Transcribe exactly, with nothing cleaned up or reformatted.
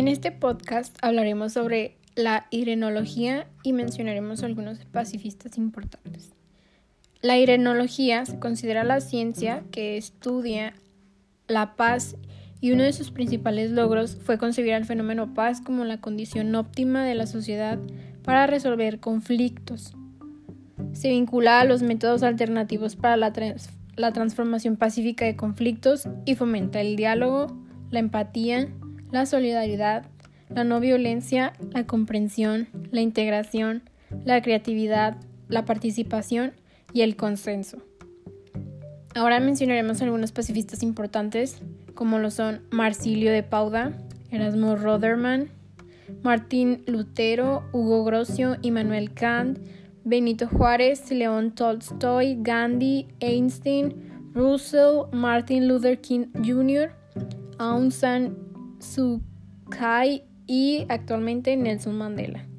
En este podcast hablaremos sobre la irenología y mencionaremos algunos pacifistas importantes. La irenología se considera la ciencia que estudia la paz y uno de sus principales logros fue concebir al fenómeno paz como la condición óptima de la sociedad para resolver conflictos. Se vincula a los métodos alternativos para la, trans- la transformación pacífica de conflictos y fomenta el diálogo, la empatía, la solidaridad, la no violencia, la comprensión, la integración, la creatividad, la participación y el consenso. Ahora mencionaremos algunos pacifistas importantes, como lo son Marsilio de Pauda, Erasmo Rotherdam, Martín Lutero, Hugo Grocio, Immanuel Kant, Benito Juárez, León Tolstoy, Gandhi, Einstein, Russell, Martin Luther King junior, Aung San Suu Kyi y actualmente Nelson Mandela.